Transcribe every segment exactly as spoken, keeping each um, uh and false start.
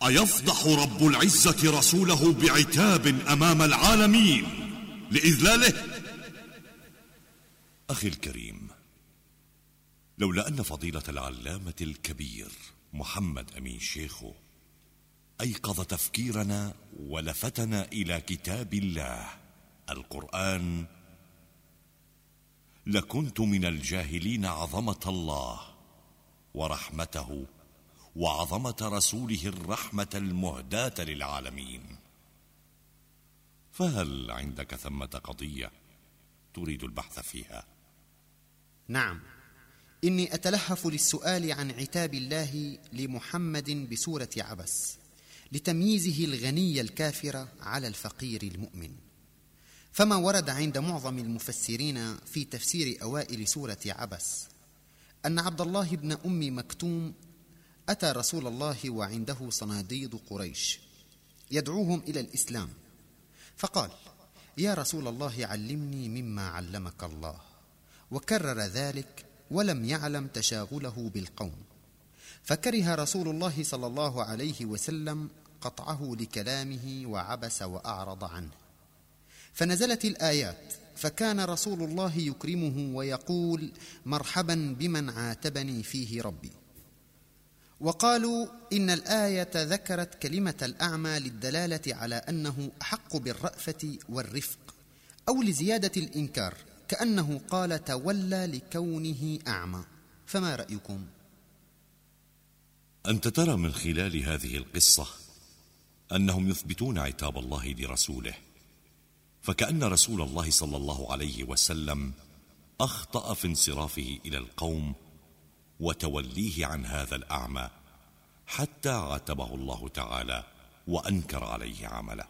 أيفضح رب العزة رسوله بعتاب أمام العالمين لإذلاله؟ أخي الكريم، لولا أن فضيلة العلامة الكبير محمد أمين شيخو أيقظ تفكيرنا ولفتنا إلى كتاب الله القرآن، لكنت من الجاهلين عظمة الله ورحمته وعظمة رسوله الرحمة المهداة للعالمين. فهل عندك ثمة قضية تريد البحث فيها؟ نعم، إني أتلهف للسؤال عن عتاب الله لمحمد بسورة عبس لتمييزه الغني الكافر على الفقير المؤمن. فما ورد عند معظم المفسرين في تفسير أوائل سورة عبس أن عبد الله بن أم مكتوم أتى رسول الله وعنده صناديد قريش يدعوهم إلى الإسلام، فقال: يا رسول الله علمني مما علمك الله، وكرر ذلك ولم يعلم تشاغله بالقوم، فكره رسول الله صلى الله عليه وسلم قطعه لكلامه وعبس وأعرض عنه، فنزلت الآيات، فكان رسول الله يكرمه ويقول: مرحبا بمن عاتبني فيه ربي. وقالوا إن الآية ذكرت كلمة الأعمى للدلالة على أنه أحق بالرأفة والرفق، أو لزيادة الإنكار، كأنه قال تولى لكونه أعمى. فما رأيكم؟ أنت ترى من خلال هذه القصة أنهم يثبتون عتاب الله لرسوله، فكأن رسول الله صلى الله عليه وسلم أخطأ في انصرافه إلى القوم وتوليه عن هذا الأعمى، حتى عاتبه الله تعالى وأنكر عليه عمله.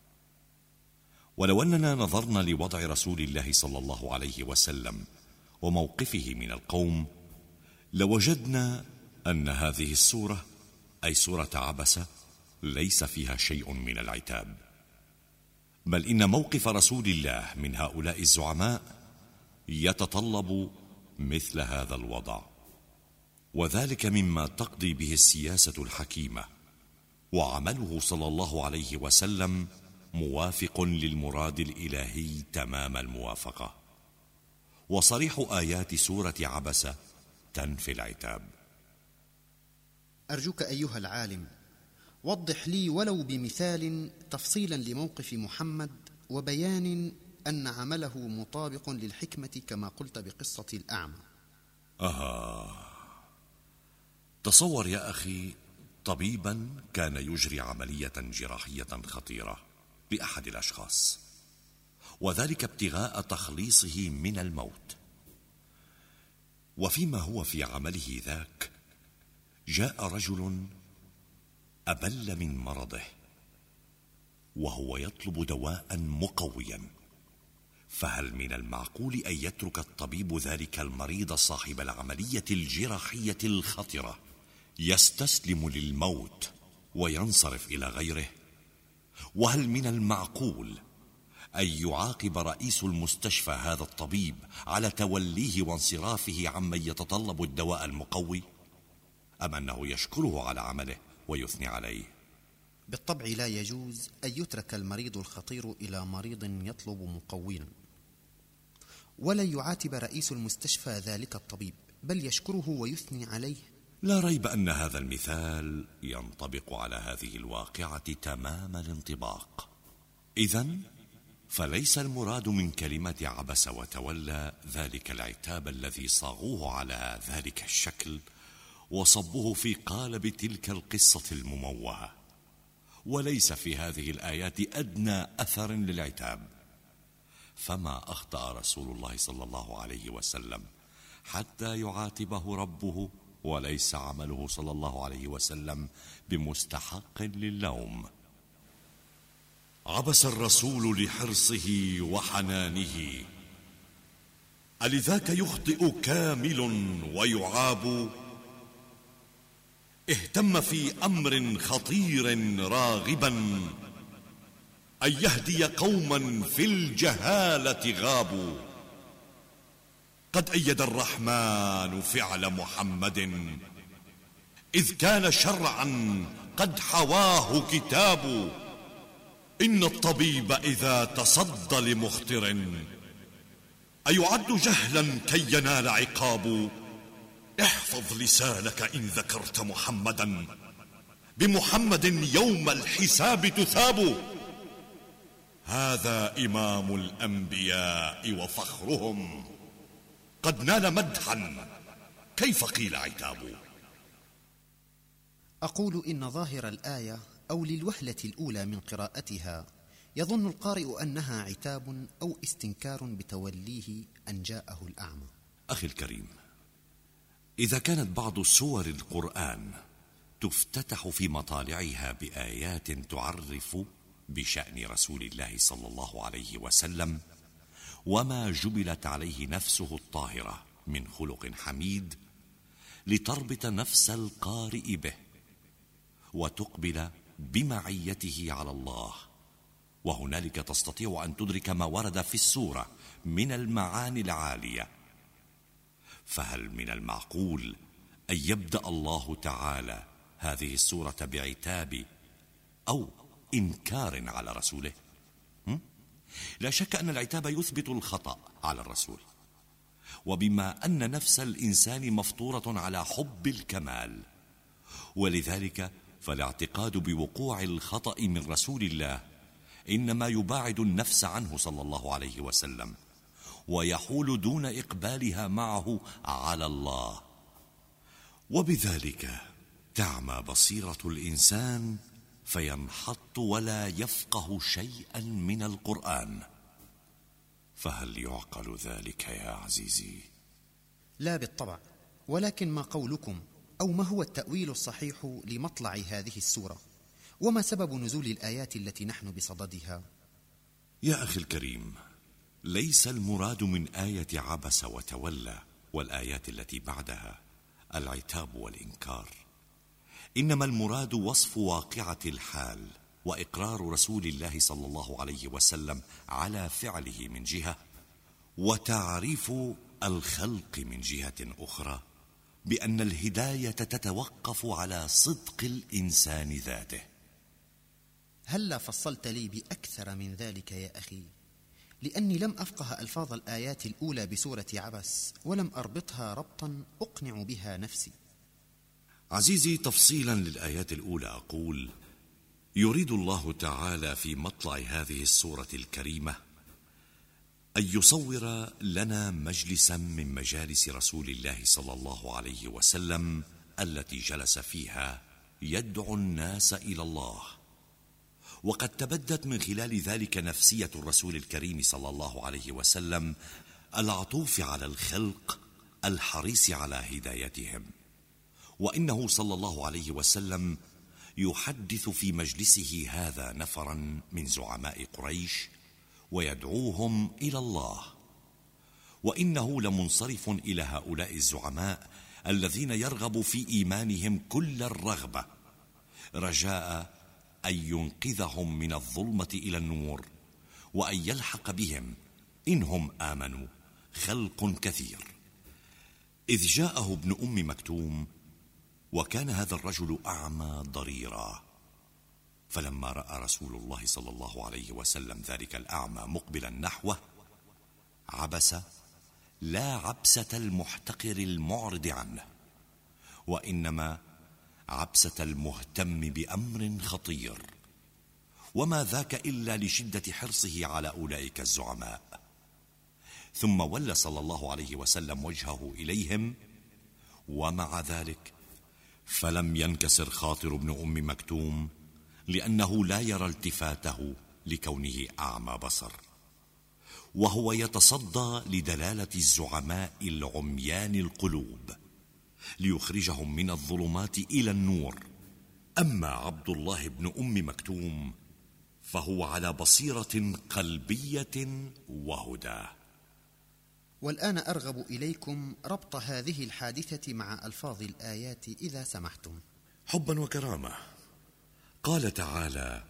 ولو أننا نظرنا لوضع رسول الله صلى الله عليه وسلم وموقفه من القوم، لوجدنا أن هذه السورة، أي سورة عبس، ليس فيها شيء من العتاب، بل إن موقف رسول الله من هؤلاء الزعماء يتطلب مثل هذا الوضع، وذلك مما تقضي به السياسة الحكيمة، وعمله صلى الله عليه وسلم موافق للمراد الإلهي تمام الموافقة. وصريح آيات سورة عبس تنفي العتاب. أرجوك أيها العالم، وضح لي ولو بمثال تفصيلا لموقف محمد وبيان أن عمله مطابق للحكمة كما قلت بقصة الأعمى. آه تصور يا أخي طبيبا كان يجري عملية جراحية خطيرة لأحد الأشخاص، وذلك ابتغاء تخليصه من الموت، وفيما هو في عمله ذاك جاء رجل أبل من مرضه وهو يطلب دواء مقويا، فهل من المعقول أن يترك الطبيب ذلك المريض صاحب العملية الجراحية الخطرة يستسلم للموت وينصرف إلى غيره؟ وهل من المعقول أن يعاقب رئيس المستشفى هذا الطبيب على توليه وانصرافه عمن يتطلب الدواء المقوي، أم أنه يشكره على عمله ويثني عليه؟ بالطبع لا يجوز أن يترك المريض الخطير إلى مريض يطلب مقويا، ولا يعاتب رئيس المستشفى ذلك الطبيب، بل يشكره ويثني عليه. لا ريب أن هذا المثال ينطبق على هذه الواقعة تمام الانطباق. إذن فليس المراد من كلمة عبس وتولى ذلك العتاب الذي صاغوه على ذلك الشكل وصبوه في قالب تلك القصة المموهة، وليس في هذه الآيات أدنى أثر للعتاب. فما أخطأ رسول الله صلى الله عليه وسلم حتى يعاتبه ربه، وليس عمله صلى الله عليه وسلم بمستحق للوم. عبس الرسول لحرصه وحنانه، ألذاك يخطئ كامل ويعاب؟ اهتم في أمر خطير راغبا أن يهدي قوما في الجهالة غابوا. قد أيد الرحمن فعل محمد إذ كان شرعا قد حواه كتاب. إن الطبيب إذا تصدى لمختر أيعد جهلا كي ينال عقاب. احفظ لسانك إن ذكرت محمدا، بمحمد يوم الحساب تثاب. هذا إمام الأنبياء وفخرهم، قد نال مدحا كيف قيل عتاب. أقول إن ظاهر الآية أو للوهلة الأولى من قراءتها يظن القارئ أنها عتاب أو استنكار بتوليه أن جاءه الأعمى. أخي الكريم، إذا كانت بعض سور القرآن تفتتح في مطالعها بآيات تعرف بشأن رسول الله صلى الله عليه وسلم وما جبلت عليه نفسه الطاهرة من خلق حميد، لتربط نفس القارئ به وتقبل بمعيته على الله، وهنالك تستطيع أن تدرك ما ورد في السورة من المعاني العالية. فهل من المعقول أن يبدأ الله تعالى هذه السورة بعتاب أو إنكار على رسوله؟ هم؟ لا شك أن العتاب يثبت الخطأ على الرسول، وبما أن نفس الإنسان مفطورة على حب الكمال، ولذلك فالاعتقاد بوقوع الخطأ من رسول الله إنما يباعد النفس عنه صلى الله عليه وسلم، ويحول دون إقبالها معه على الله، وبذلك تعمى بصيرة الإنسان فينحط ولا يفقه شيئا من القرآن. فهل يعقل ذلك يا عزيزي؟ لا بالطبع، ولكن ما قولكم أو ما هو التأويل الصحيح لمطلع هذه السورة؟ وما سبب نزول الآيات التي نحن بصددها؟ يا أخي الكريم، ليس المراد من آية عبس وتولى والآيات التي بعدها العتاب والإنكار، إنما المراد وصف واقعة الحال وإقرار رسول الله صلى الله عليه وسلم على فعله من جهة، وتعريف الخلق من جهة أخرى بأن الهداية تتوقف على صدق الإنسان ذاته. هلا فصلت لي بأكثر من ذلك يا أخي؟ لأني لم أفقه ألفاظ الآيات الأولى بسورة عبس، ولم أربطها ربطا أقنع بها نفسي. عزيزي، تفصيلا للآيات الأولى أقول: يريد الله تعالى في مطلع هذه السورة الكريمة أن يصور لنا مجلسا من مجالس رسول الله صلى الله عليه وسلم التي جلس فيها يدعو الناس إلى الله، وقد تبدت من خلال ذلك نفسية الرسول الكريم صلى الله عليه وسلم العطوف على الخلق الحريص على هدايتهم. وإنه صلى الله عليه وسلم يحدث في مجلسه هذا نفرا من زعماء قريش ويدعوهم إلى الله، وإنه لمنصرف إلى هؤلاء الزعماء الذين يرغب في إيمانهم كل الرغبة رجاء أن ينقذهم من الظلمة إلى النور، وأن يلحق بهم إنهم آمنوا خلق كثير. إذ جاءه ابن أم مكتوم، وكان هذا الرجل أعمى ضريرا، فلما رأى رسول الله صلى الله عليه وسلم ذلك الأعمى مقبلا نحوه عبس، لا عبسة المحتقر المعرض عنه، وإنما عبسة المهتم بأمر خطير، وما ذاك إلا لشدة حرصه على أولئك الزعماء. ثم ولى صلى الله عليه وسلم وجهه إليهم، ومع ذلك فلم ينكسر خاطر ابن أم مكتوم، لأنه لا يرى التفاته لكونه أعمى بصر، وهو يتصدى لدلالة الزعماء العميان القلوب ليخرجهم من الظلمات إلى النور. أما عبد الله بن أم مكتوم فهو على بصيرة قلبية وهدى. والآن أرغب إليكم ربط هذه الحادثة مع ألفاظ الآيات إذا سمحتم. حبا وكرامة. قال تعالى: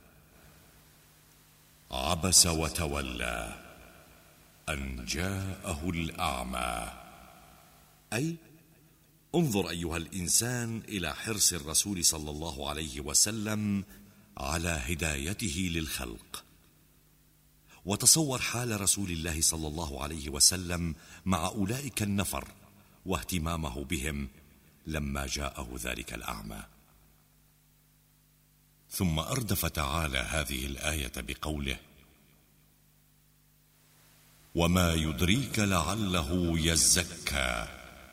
عبس وتولى أن جاءه الأعمى، أي انظر أيها الإنسان إلى حرص الرسول صلى الله عليه وسلم على هدايته للخلق، وتصور حال رسول الله صلى الله عليه وسلم مع أولئك النفر واهتمامه بهم لما جاءه ذلك الأعمى. ثم أردف تعالى هذه الآية بقوله: وما يدريك لعله يزكى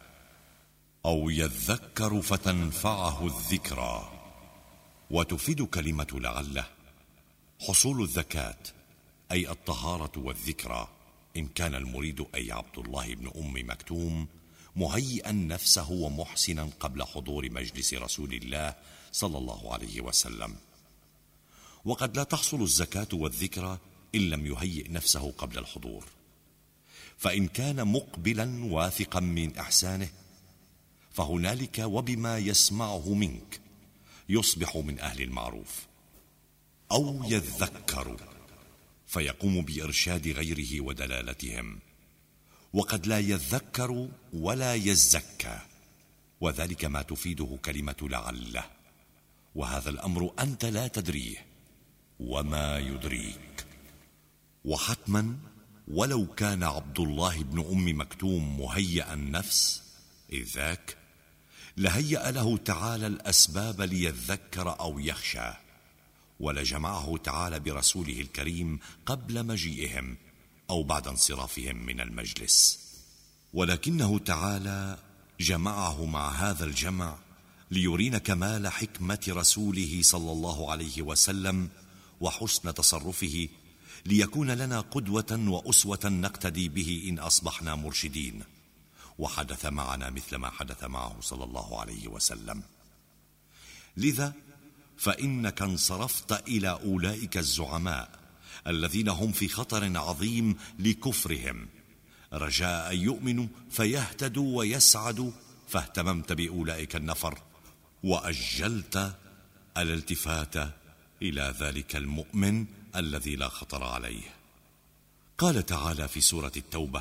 أو يذكر فتنفعه الذكرى. وتفيد كلمة لعله حصول الذكاة أي الطهارة والذكرى، إن كان المريد أي عبد الله بن أم مكتوم مهيئا نفسه ومحسنا قبل حضور مجلس رسول الله صلى الله عليه وسلم. وقد لا تحصل الزكاة والذكرى إن لم يهيئ نفسه قبل الحضور، فإن كان مقبلا واثقا من إحسانه فهنالك وبما يسمعه منك يصبح من أهل المعروف، أو يذكر فيقوم بإرشاد غيره ودلالتهم، وقد لا يذكر ولا يزكى، وذلك ما تفيده كلمة لعله، وهذا الأمر أنت لا تدريه. وما يدريك، وحتما ولو كان عبد الله بن أم مكتوم مهيئ النفس إذ ذاك لهيأ له تعالى الأسباب ليذكر أو يخشى، ولجمعه تعالى برسوله الكريم قبل مجيئهم أو بعد انصرافهم من المجلس، ولكنه تعالى جمعه مع هذا الجمع ليرين كمال حكمة رسوله صلى الله عليه وسلم وحسن تصرفه، ليكون لنا قدوة وأسوة نقتدي به إن أصبحنا مرشدين. وحدث معنا مثل ما حدث معه صلى الله عليه وسلم. لذا فإنك انصرفت إلى أولئك الزعماء الذين هم في خطر عظيم لكفرهم، رجاء أن يؤمنوا فيهتدوا ويسعدوا، فاهتممت بأولئك النفر وأجلت الالتفات إلى ذلك المؤمن الذي لا خطر عليه. قال تعالى في سورة التوبة: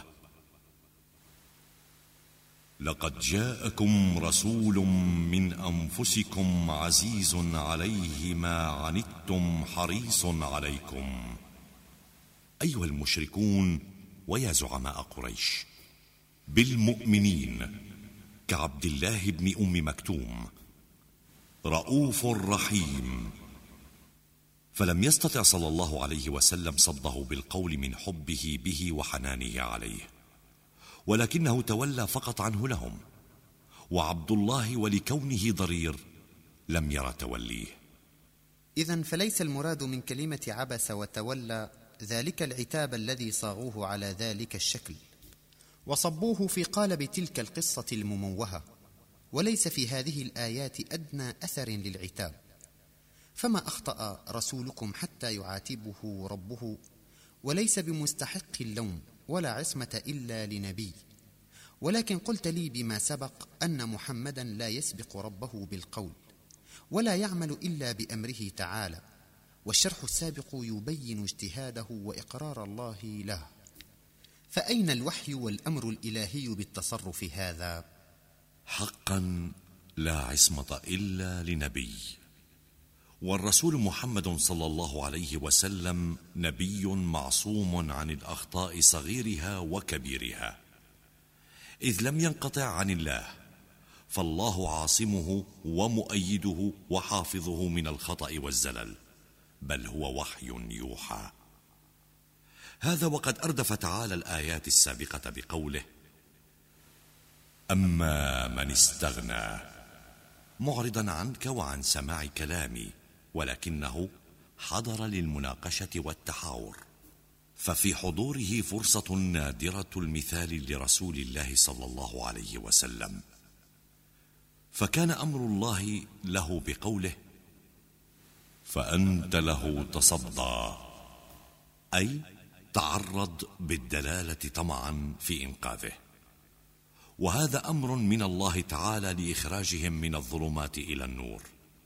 لقد جاءكم رسول من أنفسكم عزيز عليه ما عنتم حريص عليكم. أيها المشركون ويا زعماء قريش، بالمؤمنين كعبد الله بن أم مكتوم رؤوف رحيم. فلم يستطع صلى الله عليه وسلم صده بالقول من حبه به وحنانه عليه، ولكنه تولى فقط عنه لهم، وعبد الله ولكونه ضرير لم ير توليه. إذن فليس المراد من كلمة عبس وتولى ذلك العتاب الذي صاغوه على ذلك الشكل وصبوه في قالب تلك القصة المموهة، وليس في هذه الآيات أدنى أثر للعتاب، فما أخطأ رسولكم حتى يعاتبه ربه، وليس بمستحق اللوم ولا عصمة إلا لنبي. ولكن قلت لي بما سبق أن محمدا لا يسبق ربه بالقول ولا يعمل إلا بأمره تعالى، والشرح السابق يبين اجتهاده وإقرار الله له، فأين الوحي والأمر الإلهي بالتصرف هذا؟ حقا لا عصمة إلا لنبي، والرسول محمد صلى الله عليه وسلم نبي معصوم عن الأخطاء صغيرها وكبيرها، إذ لم ينقطع عن الله، فالله عاصمه ومؤيده وحافظه من الخطأ والزلل، بل هو وحي يوحى. هذا وقد أردف تعالى الآيات السابقة بقوله: أما من استغنى، معرضا عنك وعن سماع كلامي، ولكنه حضر للمناقشة والتحاور، ففي حضوره فرصة نادرة المثال لرسول الله صلى الله عليه وسلم، فكان أمر الله له بقوله: فأنت له تصدى، أي تعرض بالدلالة طمعا في إنقاذه، وهذا أمر من الله تعالى لإخراجهم من الظلمات إلى النور.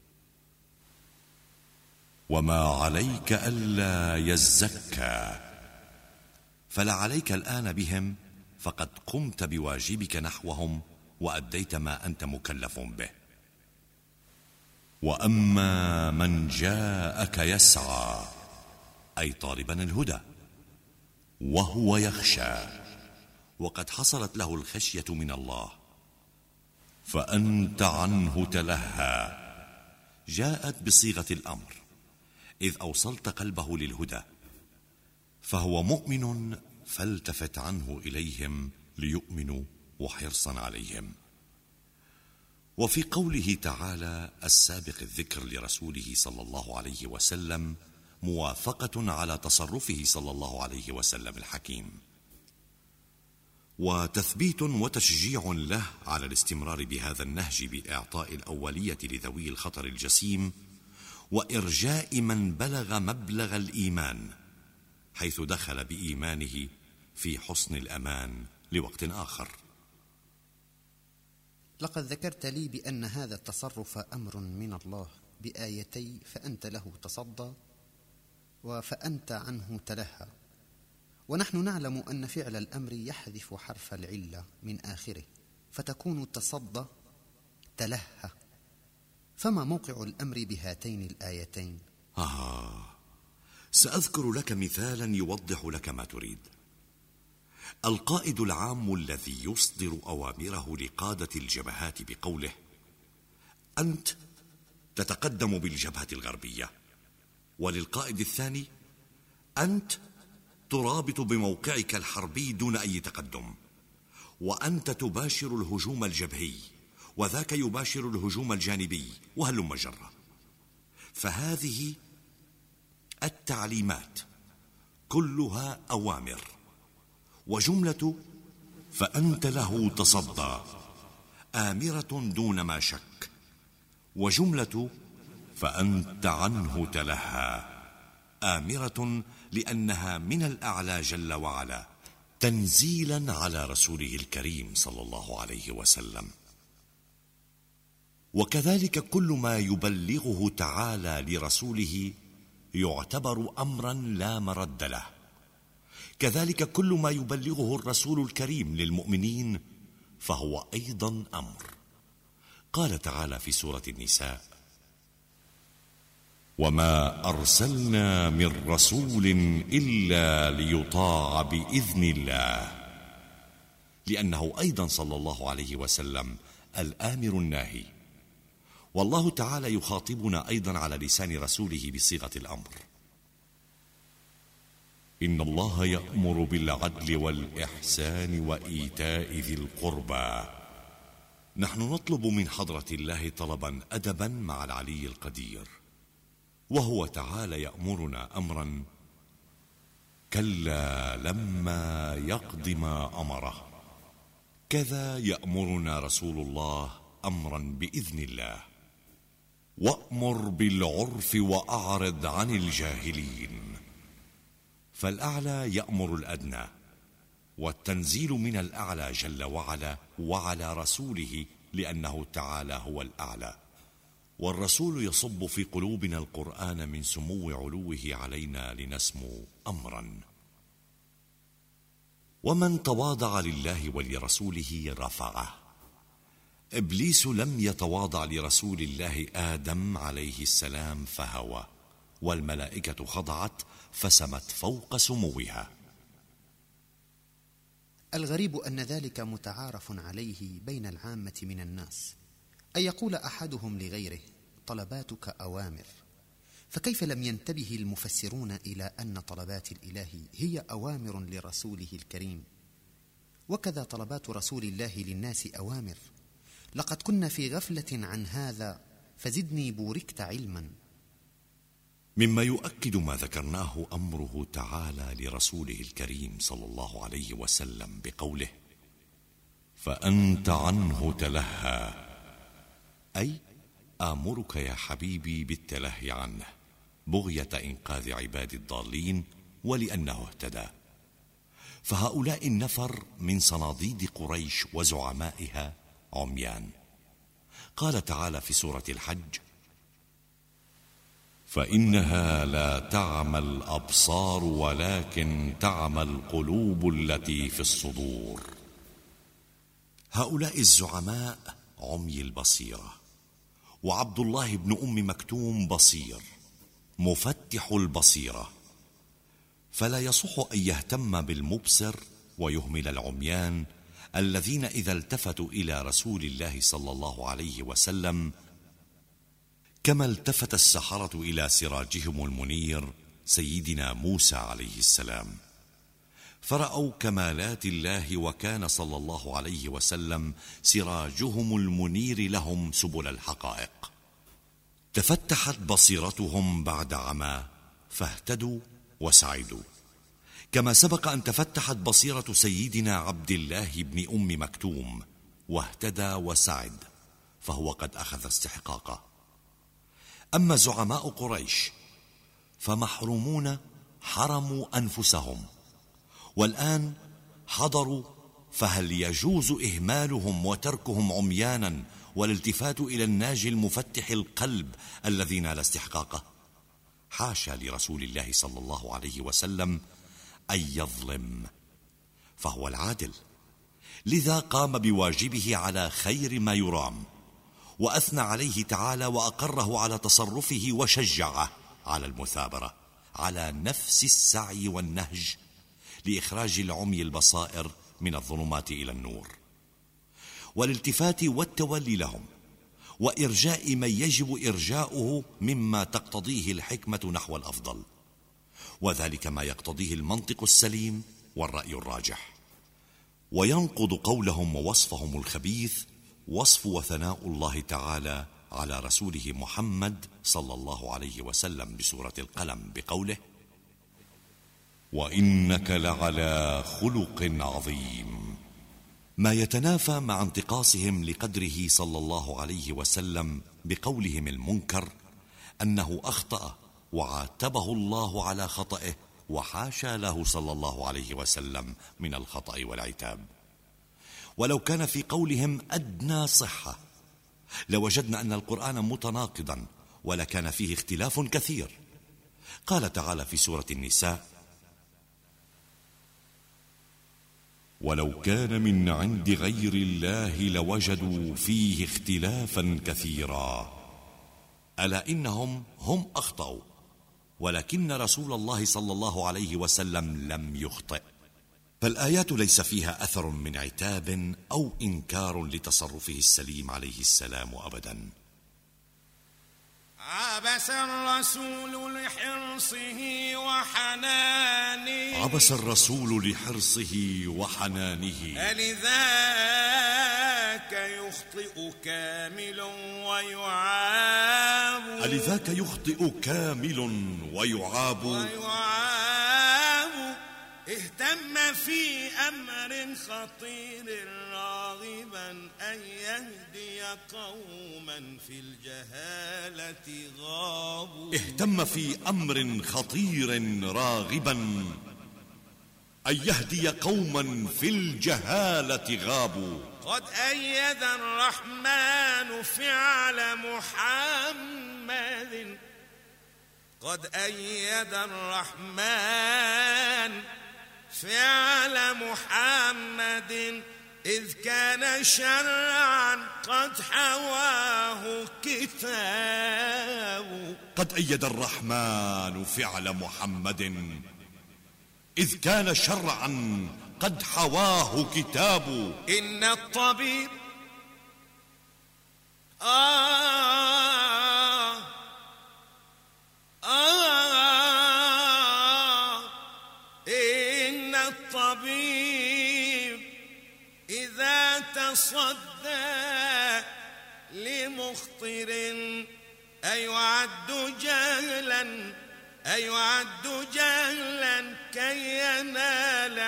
وما عليك ألا يزكى، فلا عليك الآن بهم، فقد قمت بواجبك نحوهم وأديت ما أنت مكلف به. وأما من جاءك يسعى أي طالبا الهدى وهو يخشى وقد حصلت له الخشية من الله فأنت عنه تلهى جاءت بصيغة الأمر إذ أوصلت قلبه للهدى، فهو مؤمن فالتفت عنه إليهم ليؤمنوا وحرصا عليهم. وفي قوله تعالى السابق الذكر لرسوله صلى الله عليه وسلم موافقة على تصرفه صلى الله عليه وسلم الحكيم، وتثبيت وتشجيع له على الاستمرار بهذا النهج بإعطاء الأولية لذوي الخطر الجسيم وإرجاء من بلغ مبلغ الإيمان حيث دخل بإيمانه في حصن الأمان لوقت آخر. لقد ذكرت لي بأن هذا التصرف أمر من الله بآيتي فأنت له تصدى وفأنت عنه تلهى، ونحن نعلم أن فعل الأمر يحذف حرف العلة من آخره فتكون تصدى تلهى، فما موقع الأمر بهاتين الآيتين؟ آه سأذكر لك مثالا يوضح لك ما تريد. القائد العام الذي يصدر أوامره لقادة الجبهات بقوله أنت تتقدم بالجبهة الغربية، وللقائد الثاني أنت ترابط بموقعك الحربي دون أي تقدم، وأنت تباشر الهجوم الجبهي وذاك يباشر الهجوم الجانبي وهلم جرة. فهذه التعليمات كلها أوامر، وجملة فأنت له تصدى آمرة دون ما شك، وجملة فأنت عنه تلهى آمرة لأنها من الأعلى جل وعلا تنزيلا على رسوله الكريم صلى الله عليه وسلم. وكذلك كل ما يبلغه تعالى لرسوله يعتبر أمرا لا مرد له، كذلك كل ما يبلغه الرسول الكريم للمؤمنين فهو أيضا أمر. قال تعالى في سورة النساء وما أرسلنا من رسول إلا ليطاع بإذن الله، لأنه أيضا صلى الله عليه وسلم الآمر الناهي، والله تعالى يخاطبنا أيضا على لسان رسوله بصيغة الأمر. إن الله يأمر بالعدل والإحسان وإيتاء ذي القربى. نحن نطلب من حضرة الله طلبا أدبا مع العلي القدير، وهو تعالى يأمرنا أمرا كلا لما يقض ما أمره، كذا يأمرنا رسول الله أمرا بإذن الله وأمر بالعرف وأعرض عن الجاهلين. فالأعلى يأمر الأدنى، والتنزيل من الأعلى جل وعلا وعلى رسوله لأنه تعالى هو الأعلى، والرسول يصب في قلوبنا القرآن من سمو علوه علينا لنسمو أمرا. ومن تواضع لله ولرسوله رفعه. إبليس لم يتواضع لرسول الله آدم عليه السلام فهوى، والملائكة خضعت فسمت فوق سموها. الغريب أن ذلك متعارف عليه بين العامة من الناس، أن يقول أحدهم لغيره طلباتك أوامر، فكيف لم ينتبه المفسرون إلى أن طلبات الإله هي أوامر لرسوله الكريم؟ وكذا طلبات رسول الله للناس أوامر. لقد كنا في غفلة عن هذا فزدني بوركت علما. مما يؤكد ما ذكرناه أمره تعالى لرسوله الكريم صلى الله عليه وسلم بقوله فأنت عنه تلهى، أي آمرك يا حبيبي بالتلهي عنه بغية إنقاذ عباد الضالين ولأنه اهتدى. فهؤلاء النفر من صناديد قريش وزعمائها عميان. قال تعالى في سورة الحج فإنها لا تعمى الأبصار ولكن تعمى القلوب التي في الصدور. هؤلاء الزعماء عمي البصيرة، وعبد الله بن أم مكتوم بصير مفتح البصيرة، فلا يصح أن يهتم بالمبصر ويهمل العميان الذين إذا التفتوا إلى رسول الله صلى الله عليه وسلم كما التفت السحرة إلى سراجهم المنير سيدنا موسى عليه السلام، فرأوا كمالات الله، وكان صلى الله عليه وسلم سراجهم المنير لهم سبل الحقائق. تفتحت بصيرتهم بعد عمى فاهتدوا وسعدوا، كما سبق أن تفتحت بصيرة سيدنا عبد الله بن أم مكتوم واهتدى وسعد، فهو قد أخذ استحقاقه. أما زعماء قريش فمحرومون حرموا أنفسهم، والآن حضروا، فهل يجوز إهمالهم وتركهم عميانا والالتفات إلى الناجي المفتح القلب الذي نال استحقاقه؟ حاشا لرسول الله صلى الله عليه وسلم أن يظلم، فهو العادل، لذا قام بواجبه على خير ما يرام، وأثنى عليه تعالى وأقره على تصرفه وشجعه على المثابرة على نفس السعي والنهج لإخراج العمي البصائر من الظلمات إلى النور، والالتفات والتولي لهم، وإرجاء من يجب إرجاؤه مما تقتضيه الحكمة نحو الأفضل، وذلك ما يقتضيه المنطق السليم والرأي الراجح. وينقض قولهم ووصفهم الخبيث وصف وثناء الله تعالى على رسوله محمد صلى الله عليه وسلم بسورة القلم بقوله: وإنك لعلى خلق عظيم، ما يتنافى مع انتقاصهم لقدره صلى الله عليه وسلم بقولهم المنكر أنه أخطأ وعاتبه الله على خطئه، وحاشا له صلى الله عليه وسلم من الخطأ والعتاب. ولو كان في قولهم أدنى صحة لوجدنا أن القرآن متناقضا ولكان فيه اختلاف كثير. قال تعالى في سورة النساء: ولو كان من عند غير الله لوجدوا فيه اختلافا كثيرا، ألا إنهم هم أخطأوا ولكن رسول الله صلى الله عليه وسلم لم يخطئ. فالآيات ليس فيها أثر من عتاب أو إنكار لتصرفه السليم عليه السلام أبدا. عبس الرسول لحرصه وحنانه عبس الرسول لحرصه وحنانه ألذاك يخطئ كامل ويعاب ألذاك يخطئ كامل ويعاب ويعاب اهتم في أمر خطير راغبا أن يهدي قوما في الجهالة غابوا اهتم في أمر خطير راغبا أن يهدي قوما في الجهالة غابوا. قد أيد الرحمن فعل محمد قد أيد الرحمن فعل محمد إذ كان شرعا قد حواه كتاب. قد أيد الرحمن فعل محمد إذ كان شرعا قد حواه كتاب. إن الطبيب آه آه إن الطبيب إذا تصدى لمخطر أيعد جهلا أيعد جهلا كي ينال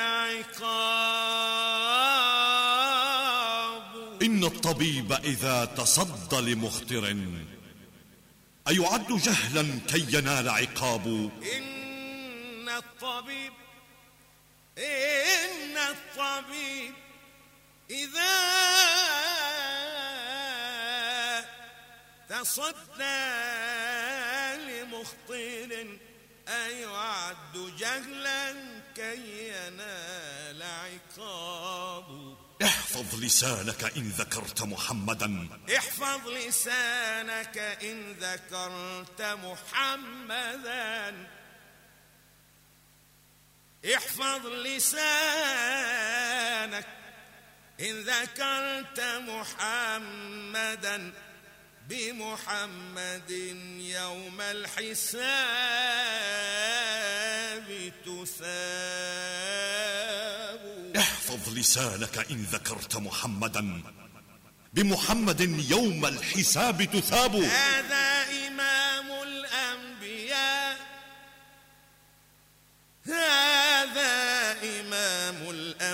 عقاب. إن الطبيب إذا تصدى لمخطر أيعد جهلا كي ينال عقاب. إن الطبيب إن الطبيب إذا تصدى لمخطر أيعد جهلا كي ينال عقاب. احفظ احفظ لسانك إن ذكرت محمدا احفظ لسانك إن ذكرت محمدا احفظ لسانك إن ذكرت محمدا بمحمد يوم الحساب تثاب. احفظ لسانك إن ذكرت محمدا بمحمد يوم الحساب تثاب. هذا إمام الأنبياء هذا إمام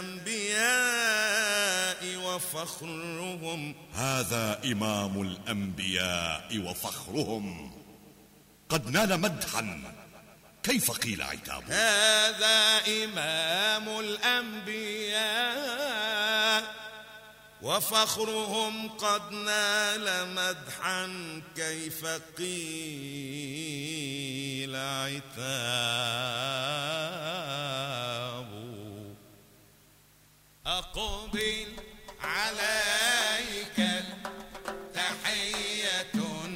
الأنبياء وفخرهم هذا إمام الأنبياء وفخرهم قد نال مدحا كيف قيل عتاب. هذا إمام الأنبياء وفخرهم قد نال مدحا كيف قيل عتاب. أقبل عليك تحية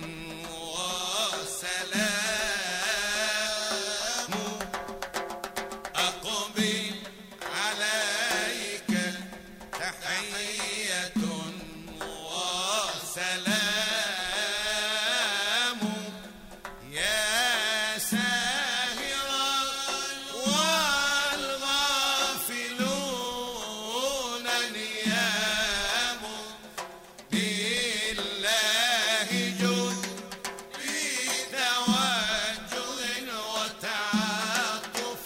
وسلام أقبل عليك تحية وسلام يا ساهرا والغافلون نيام لله جد بتوجه وتعاطف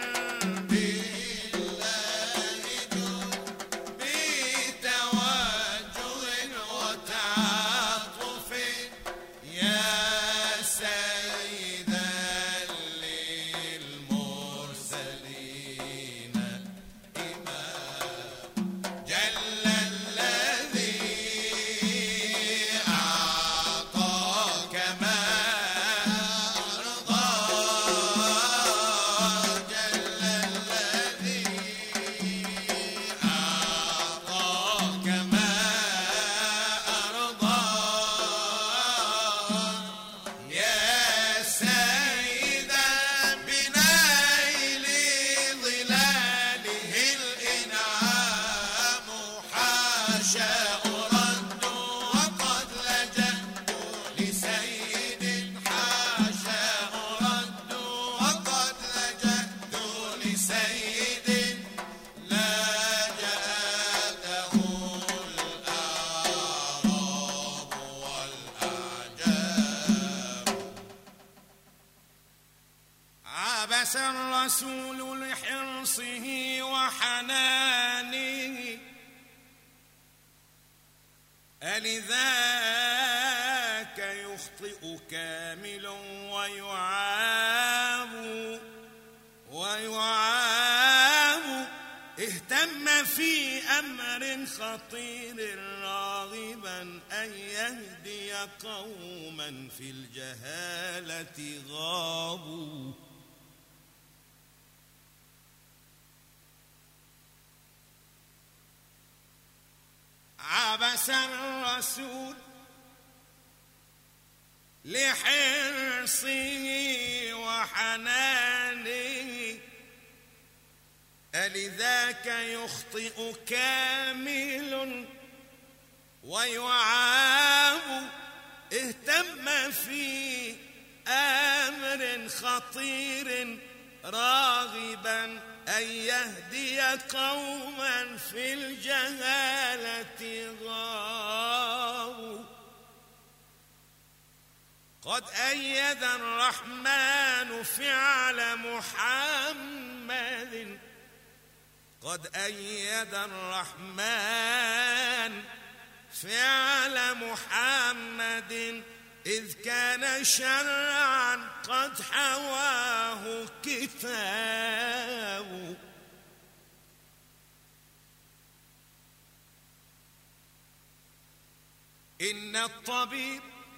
بالله جد بتوجه وتعاطف يا سيدا للمرسلين إمام جل الذي أعطاك ما أرضى جل الذي أعطاك ما أرضى يا سيدا بنيل ظلاله الإنعام حاشا أرد وقد لجأت لسيد حاشا أرد وقد لجأت لسيد لا جاءته الأعراب والأعجاب. عبس الرسول لحرصه وحنانه ألذاك يخطئ كامل ويعاب ويعاب اهتم في أمر خطير راغبا أن يهدي قوما في الجهالة غابوا. عبس الرسول لحرصه وحنانه ألذاك يخطئ كامل ويعاب اهتم في أمر خطير راغبا أن يهدي قوما في الجهالة غابوا. قد أيد الرحمن فعل محمد قد أيد الرحمن فعل محمد إذ كان شرعا قد حواه كتاب. إن الطبيب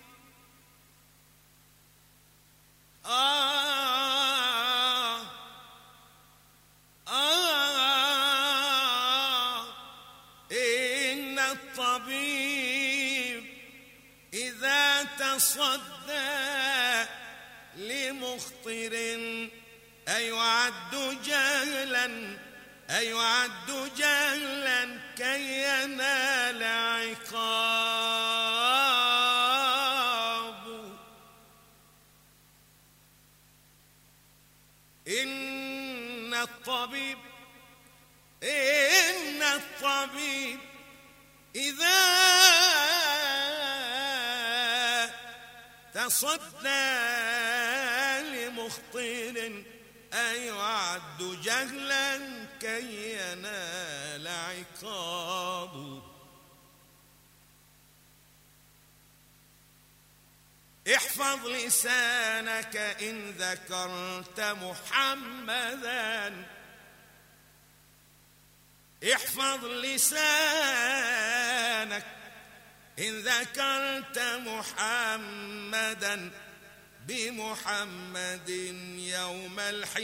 آه آه إن تصدى لمخطر أي يعد جهلا أي يعد جهلا كي ينال عقاب. إن الطبيب إن الطبيب إذا تصدى لمخطر أي يعد جهلا كي ينال عقاب. احفظ لسانك إن ذكرت محمدا احفظ لسانك إن ذكرت محمدا بمحمد يوم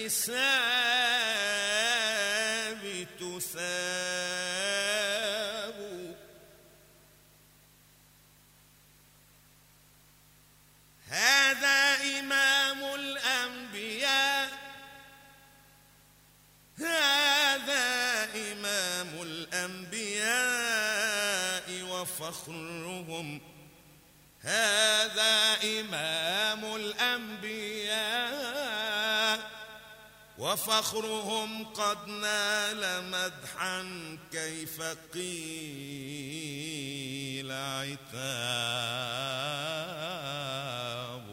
الحساب تثاب. هذا إمام الأنبياء هذا إمام الأنبياء وفخرهم هذا إمام الأنبياء وفخرهم قد نال مدحا كيف قيل عتاب.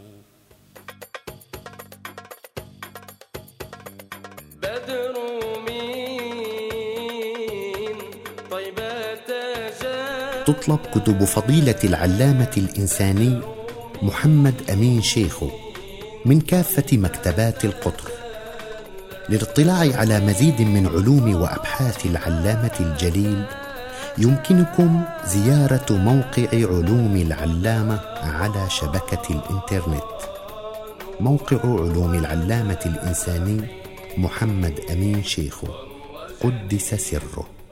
بدر من طيبة جاء. تطلب كتب فضيلة العلامة الإنساني محمد أمين شيخو من كافة مكتبات القطر. للاطلاع على مزيد من علوم وأبحاث العلامة الجليل يمكنكم زيارة موقع علوم العلامة على شبكة الإنترنت. موقع علوم العلامة الإنساني محمد أمين شيخو قدس سره.